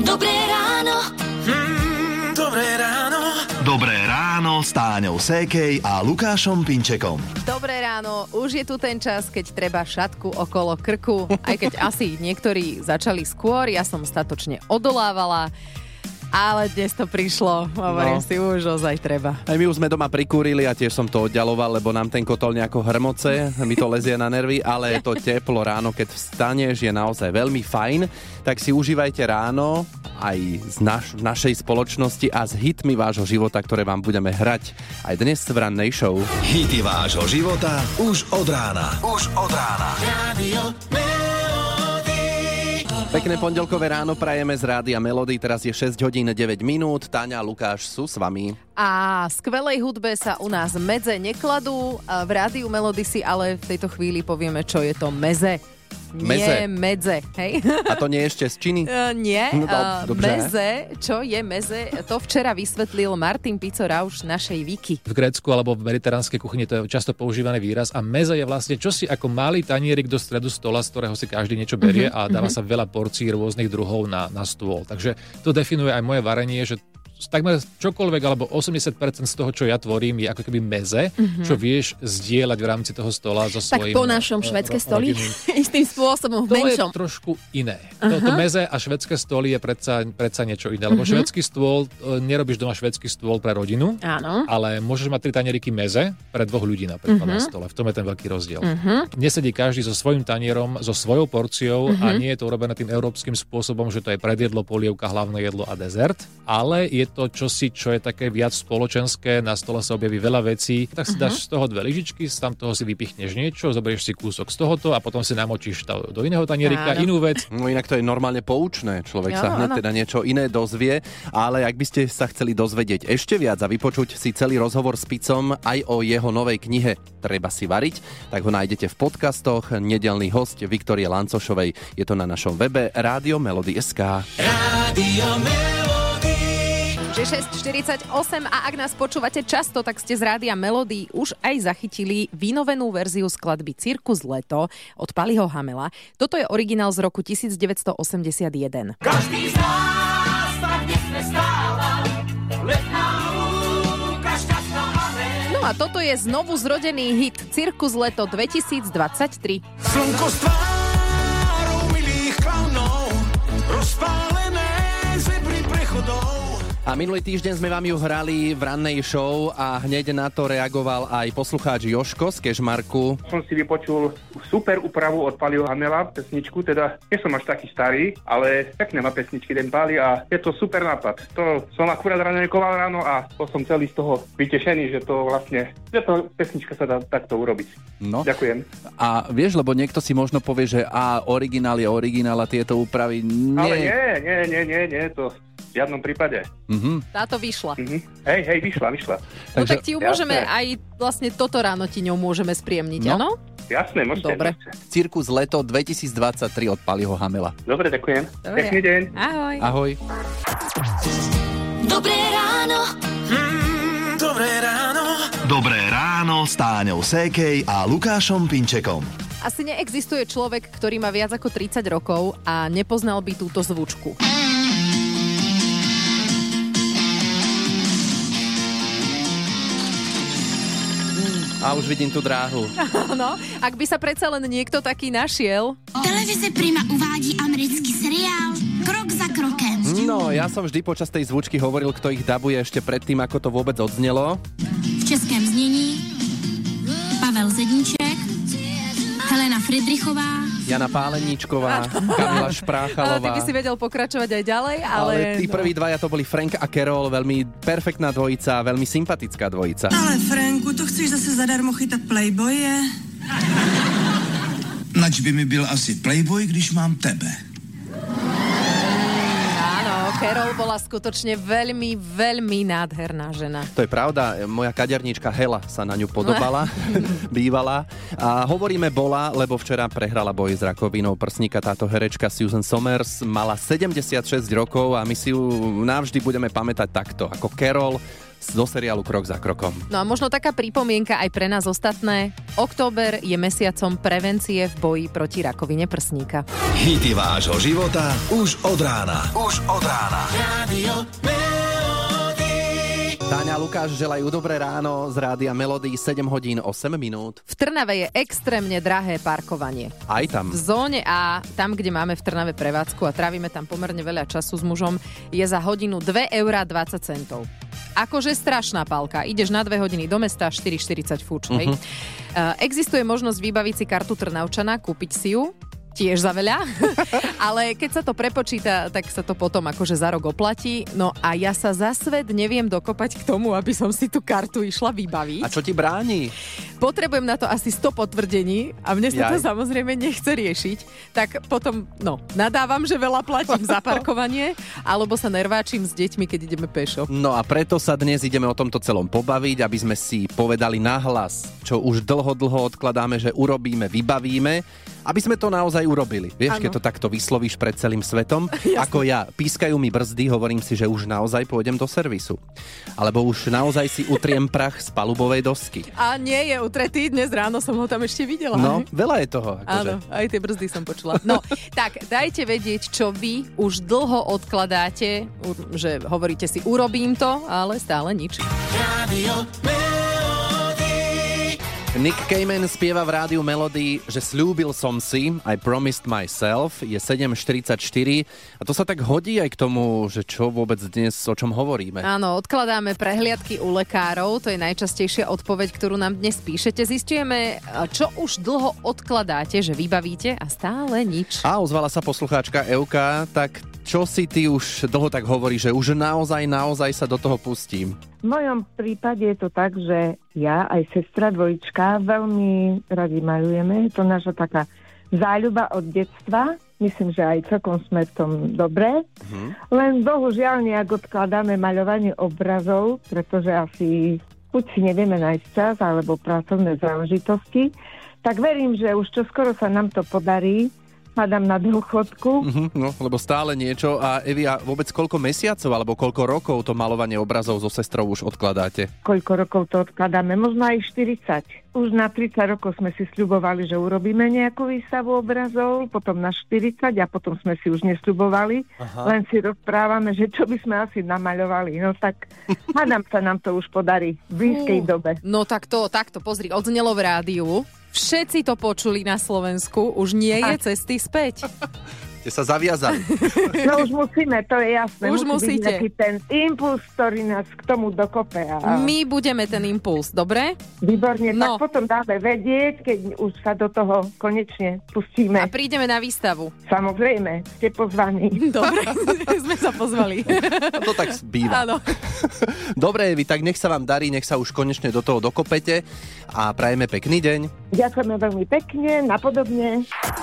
Dobré ráno. Dobré ráno. Dobré ráno s Táňou Sékej a Lukášom Pinčekom. Dobré ráno, už je tu ten čas, keď treba šatku okolo krku. Aj keď asi niektorí začali skôr, ja som statočne odolávala. Ale dnes to prišlo, hovorím si, už ozaj treba. Aj my už sme doma prikúrili a tiež som to oddialoval, lebo nám ten kotol nejako hrmoce, mi to lezie na nervy, ale to teplo ráno, keď vstaneš, je naozaj veľmi fajn. Tak si užívajte ráno aj z našej spoločnosti a s hitmi vášho života, ktoré vám budeme hrať aj dnes v rannej show. Hity vášho života už od rána. Radio Pekné pondelkové ráno prajeme z Rádia Melody, teraz je 6 hodín 9 minút, Táňa a Lukáš sú s vami. A skvelej hudbe sa u nás medze nekladú, v Rádiu Melody si ale v tejto chvíli povieme, čo je to meze. Nie medze, hej? A to nie je ešte z Číny? Nie, Dobře. meze, čo je meze, to včera vysvetlil Martin Pico-Rauš našej Viki. V Grécku alebo v mediteránskej kuchyni to je často používaný výraz a meze je vlastne čosi ako malý tanierik do stredu stola, z ktorého si každý niečo berie a dáva sa veľa porcií rôznych druhov na stôl. Takže to definuje aj moje varenie, že takmer čokoľvek, alebo 80% z toho, čo ja tvorím, je ako keby meze, čo vieš zdieľať v rámci toho stola so svojím... Tak po našom švédske stoli istým spôsobom v menšom. To je trošku iné. To meze a švédske stoly je predsa niečo iné, lebo švédsky stôl, nerobíš doma švédsky stôl pre rodinu, áno, ale môžeš mať 3 tanieriky meze pre 2 ľudí napríklad na stole. V tom je ten veľký rozdiel. Nesedí každý so svojím tanierom, so svojou porciou a nie je to urobené tým európskym spôsobom, že to je predjedlo, polievka, hlavné jedlo a dezert, ale je to čosi, čo je také viac spoločenské, na stole sa objaví veľa vecí, tak si dáš z toho 2 lyžičky, z toho si vypichneš niečo, zoberieš si kúsok z tohoto a potom si namočíš do iného tanierika inú vec. No inak to je normálne poučné, človek sa hneď teda niečo iné dozvie, ale ak by ste sa chceli dozvedieť ešte viac a vypočuť si celý rozhovor s Picom aj o jeho novej knihe Treba si variť, tak ho nájdete v podcastoch. Nedelný host Viktorie Lancošovej, je to na našom webe Radio Melody.sk. Radio Melody. 6:48 a ak nás počúvate často, tak ste z Rádia Melody už aj zachytili vynovenú verziu skladby Cirkus Leto od Paliho Hamela. Toto je originál z roku 1981. Každý z nás tak dnes stála, letná lúka šťastná a No a toto je znovu zrodený hit Cirkus Leto 2023. Slnko s tvárou milých klaunov, rozpálené zebry prechodov. A minulý týždeň sme vám ju hrali v rannej show a hneď na to reagoval aj poslucháč Joško z Kežmarku. Som si vypočul super úpravu od Paliho Hamela, pesničku, teda nie som až taký starý, ale pekné má pesničky ten Pali a je to super nápad. To som akurát raňajkoval ráno a bol som celý z toho vytešený, že to vlastne, že to pesnička sa dá takto urobiť. No. Ďakujem. A vieš, lebo niekto si možno povie, že originál je originál a tieto úpravy nie. Ale nie, to v žiadnom prípade. Táto vyšla. Hej, vyšla. No tak ti ju môžeme Jasné. aj vlastne toto ráno ti ňou môžeme spriemniť, áno? Jasné, môžete. Dobre. Cirkus Leto 2023 od Paliho Hamela. Dobre, ďakujem. Dobre. Pekný deň. Ahoj. Ahoj. Dobré ráno. Dobré ráno. Dobré ráno s Táňou Sékej a Lukášom Pinčekom. Asi neexistuje človek, ktorý má viac ako 30 rokov a nepoznal by túto zvučku. A už vidím tú dráhu. No, ak by sa predsa len niekto taký našiel. Televize Prima uvádí americký seriál Krok za krokem. No, ja som vždy počas tej zvučky hovoril, kto ich dabuje ešte predtým, ako to vôbec odznelo. V českém znění Pavel Zedníček, Helena Friedrichová. Jana Páleníčková, Kamila Špráchalová. Ty by si vedel pokračovať aj ďalej, ale tí prví dvaja to boli Frank a Carol, veľmi perfektná dvojica, veľmi sympatická dvojica. Ale Franku, to chceš zase zadarmo chytat playboye? Nač by mi byl asi playboy, když mám tebe. Carol bola skutočne veľmi, veľmi nádherná žena. To je pravda, moja kaderníčka Hela sa na ňu podobala, bývala. A hovoríme bola, lebo včera prehrala boj s rakovinou prsníka. Táto herečka Susan Somers mala 76 rokov a my si ju navždy budeme pamätať takto, ako Carol zo seriálu Krok za krokom. No a možno taká pripomienka aj pre nás ostatné. Október je mesiacom prevencie v boji proti rakovine prsníka. Hity vášho života už od rána. Rádio Táňa a Lukáš želajú dobré ráno z Rádia Melody, 7 hodín 8 minút. V Trnave je extrémne drahé parkovanie. Aj tam. V zóne A, tam, kde máme v Trnave prevádzku a trávime tam pomerne veľa času s mužom, je za hodinu 2,20 €. Akože strašná pálka. Ideš na 2 hodiny do mesta, 4,40 fúč. Hej. Existuje možnosť vybaviť si kartu Trnavčana, kúpiť si ju, tiež za veľa, ale keď sa to prepočíta, tak sa to potom akože za rok oplatí. No a ja sa za svet neviem dokopať k tomu, aby som si tú kartu išla vybaviť. A čo ti bráni? Potrebujem na to asi 100 potvrdení a mne sa to samozrejme nechce riešiť. Tak potom, nadávam, že veľa platím za parkovanie, alebo sa nerváčim s deťmi, keď ideme pešo. No a preto sa dnes ideme o tomto celom pobaviť, aby sme si povedali nahlas, čo už dlho odkladáme, že urobíme, vybavíme, aby sme to naozaj urobili. Vieš, keď to takto vyslovíš pred celým svetom, ako ja. Pískajú mi brzdy, hovorím si, že už naozaj pôjdem do servisu. Alebo už naozaj si utriem prach z palubovej dosky. A nie je utretý, dnes ráno som ho tam ešte videla. No, veľa je toho. Áno, aj tie brzdy som počula. No, tak dajte vedieť, čo vy už dlho odkladáte, že hovoríte si, urobím to, ale stále nič. Rádio Nick Cayman spieva v Rádiu Melody, že sľúbil som si, I promised myself, je 7:44 a to sa tak hodí aj k tomu, že čo vôbec dnes, o čom hovoríme. Áno, odkladáme prehliadky u lekárov, to je najčastejšia odpoveď, ktorú nám dnes píšete. Zistujeme, čo už dlho odkladáte, že vybavíte a stále nič. A ozvala sa poslucháčka Euka, tak čo si ty už dlho tak hovoríš, že už naozaj sa do toho pustím? V mojom prípade je to tak, že ja aj sestra dvojička veľmi radi maľujeme. Je to naša taká záľuba od detstva. Myslím, že aj celkom sme v tom dobré. Len bohužiaľ nejak odkladáme maľovanie obrazov, pretože asi buď si nevieme nájsť čas, alebo pracovné záležitosti. Tak verím, že už čoskoro sa nám to podarí. Hádam na dôchodku. No, lebo stále niečo. A Evia, vôbec koľko mesiacov alebo koľko rokov to malovanie obrazov so sestrou už odkladáte? Koľko rokov to odkladáme? Možno aj 40. Už na 30 rokov sme si sľubovali, že urobíme nejakú výstavu obrazov, potom na 40 a potom sme si už nesľubovali. Len si rozprávame, že čo by sme asi namaľovali. No tak hádam sa nám to už podarí v blízkej dobe. No takto, pozri, odznelo v rádiu. Všetci to počuli na Slovensku, už nie je cesty späť. Ste sa zaviazali. No už musíme, to je jasné. Už musíte. Byť ten impuls, ktorý nás k tomu dokope. My budeme ten impuls, dobre? Výborne, tak potom dáme vedieť, keď už sa do toho konečne pustíme. A prídeme na výstavu. Samozrejme, ste pozvaní. Dobre, sme sa pozvali. To tak býva. Áno. Dobre, Evi, tak nech sa vám darí, nech sa už konečne do toho dokopete a prajeme pekný deň. Ďakujeme veľmi pekne, napodobne.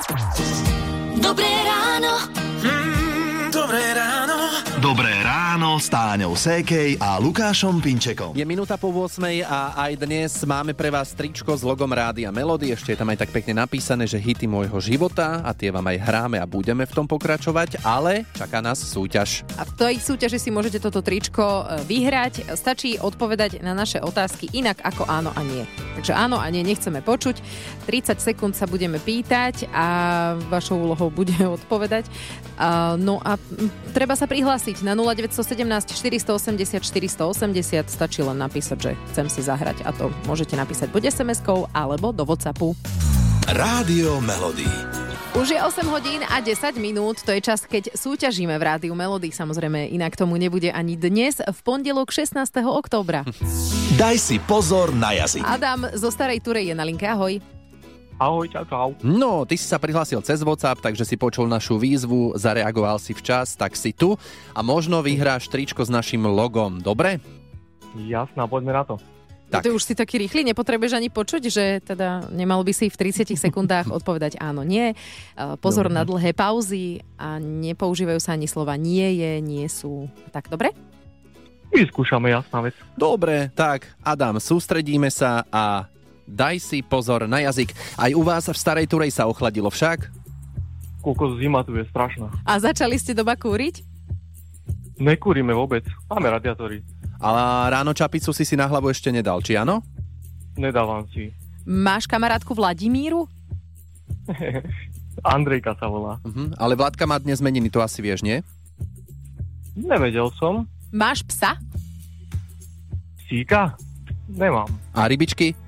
Dobré ráno. Dobré ráno. Dobré ráno s Táňou Sékej a Lukášom Pinčekom. Je minúta po 8 a aj dnes máme pre vás tričko s logom Rádia Melody. Ešte je tam aj tak pekne napísané, že hity môjho života a tie vám aj hráme a budeme v tom pokračovať, ale čaká nás súťaž. A v tej súťaži si môžete toto tričko vyhrať. Stačí odpovedať na naše otázky inak ako áno a nie. Takže áno a nie nechceme počuť. 30 sekúnd sa budeme pýtať a vašou úlohou bude odpovedať. No a treba sa prihlásiť na 0917 480 480. Stačí len napísať, že chcem si zahrať a to môžete napísať buď SMS-kou alebo do WhatsAppu. Rádio Melody. Už je 8 hodín a 10 minút, to je čas, keď súťažíme v Rádiu Melody. Samozrejme, inak tomu nebude ani dnes, v pondelok 16. októbra. Daj si pozor na jazyk. Adam zo Starej Turej je na linke, ahoj. Ahoj, čau. No, ty si sa prihlásil cez WhatsApp, takže si počul našu výzvu, zareagoval si včas, tak si tu a možno vyhráš tričko s našim logom, dobre? Jasná, poďme na to. Tak. Ty už si taký rýchly, nepotrebuješ ani počuť, že teda nemal by si v 30 sekundách odpovedať áno, nie. Pozor na dlhé pauzy a nepoužívajú sa ani slova nie je, nie sú. Tak, dobre? Vyskúšame, jasná vec. Dobre, tak Adam, sústredíme sa a daj si pozor na jazyk. Aj u vás v Starej Turej sa ochladilo však? Koľko zima tu je strašná. A začali ste doma kúriť? Nekúrime vôbec, máme radiátory. A ráno čapicu si na hlavu ešte nedal, či áno? Nedávam si. Máš kamarátku Vladimíru? Andrejka sa volá. Ale Vladka má dnes meniny, to asi vieš, nie? Nevedel som. Máš psa? Psíka? Nemám. A rybičky?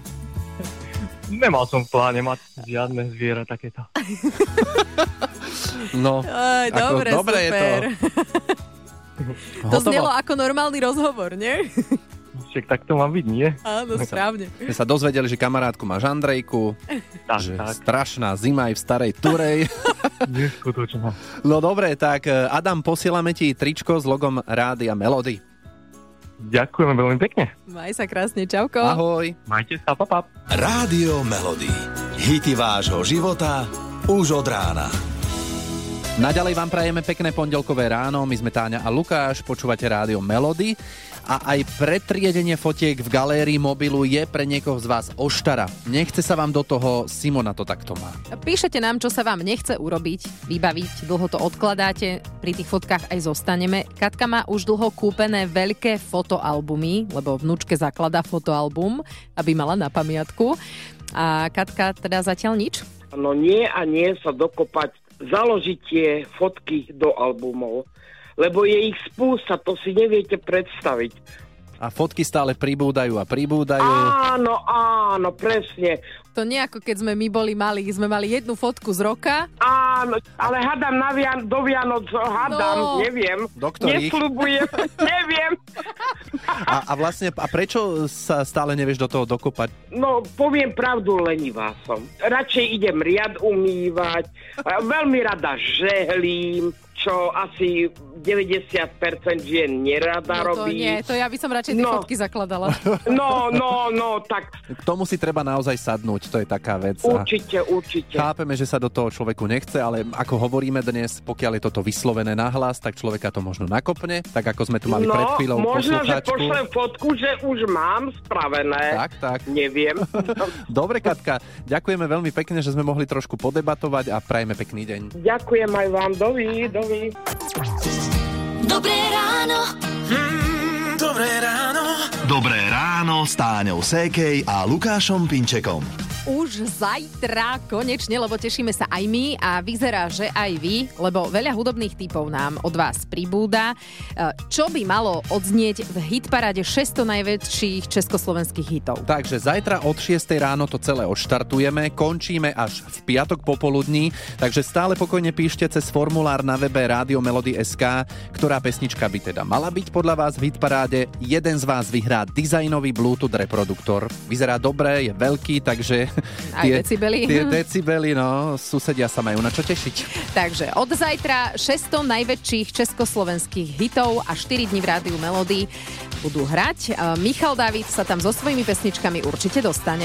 Nemal som v pláne mať žiadne zviera takéto. No, Aj, dobre, dobre je to. super. To Hotovo. znelo ako normálny rozhovor, nie? Však tak to má byť, nie? Áno, správne. My sa dozvedeli, že kamarátku máš Andrejku, Tak, že tak. strašná zima aj v starej Turej. Neskutočná. No dobre, tak Adam, posielame ti tričko s logom Rádia Melody. Ďakujeme veľmi pekne. Maj sa krásne, čauko. Ahoj. Majte sa, papa. Rádio Melody. Hity vášho života už od rána. Naďalej vám prajeme pekné pondelkové ráno. My sme Táňa a Lukáš, počúvate Rádio Melody. A aj pretriedenie fotiek v galérii mobilu je pre niekoho z vás oštara. Nechce sa vám do toho, Simona to takto má. Píšete nám, čo sa vám nechce urobiť, vybaviť, dlho to odkladáte, pri tých fotkách aj zostaneme. Katka má už dlho kúpené veľké fotoalbumy, lebo vnúčke zakladá fotoalbum, aby mala na pamiatku. A Katka teda zatiaľ nič? No nie a nie sa dokopať, založiť tie fotky do albumov. Lebo je ich spústa, to si neviete predstaviť. A fotky stále pribúdajú a pribúdajú. Áno, presne. To nie ako keď sme my boli malí, sme mali jednu fotku z roka. Áno, ale hádam do Vianoc, neviem. Do ktorých? Nesľubujem, neviem. A vlastne, a prečo sa stále nevieš do toho dokopať? No, poviem pravdu, lenivá som. Radšej idem riad umývať, veľmi rada žehlím, čo asi 90% žien nerada robí. Nie, to ja by som radšej tie fotky zakladala. No, tak... K tomu si treba naozaj sadnúť, to je taká vec. Určite. Chápeme, že sa do toho človeku nechce, ale ako hovoríme dnes, pokiaľ je toto vyslovené nahlas, tak človeka to možno nakopne, tak ako sme tu mali pred chvíľou možno, že poslucháčku. pošlem fotku, že už mám spravené. Tak. Neviem. Dobre, Katka, ďakujeme veľmi pekne, že sme mohli trošku podebatovať a prajeme pekný deň. Ďakujem aj vám, dovi. Dobré ráno. Dobré ráno. Dobré ráno s Táňou Sékej a Lukášom Pinčekom. Už zajtra konečne, lebo tešíme sa aj my a vyzerá, že aj vy, lebo veľa hudobných tipov nám od vás pribúda. Čo by malo odznieť v hitparáde 600 najväčších československých hitov? Takže zajtra od 6 ráno to celé odštartujeme, končíme až v piatok popoludní, takže stále pokojne píšte cez formulár na webe Rádio Melody.sk, ktorá pesnička by teda mala byť podľa vás v hitparáde. Jeden z vás vyhrá dizajnový Bluetooth reproduktor. Vyzerá dobre, je veľký, takže Tie decibely, no, susedia sa majú na čo tešiť. Takže od zajtra 600 najväčších československých hitov a 4 dní v Rádiu Melody budú hrať. Michal David sa tam so svojimi pesničkami určite dostane.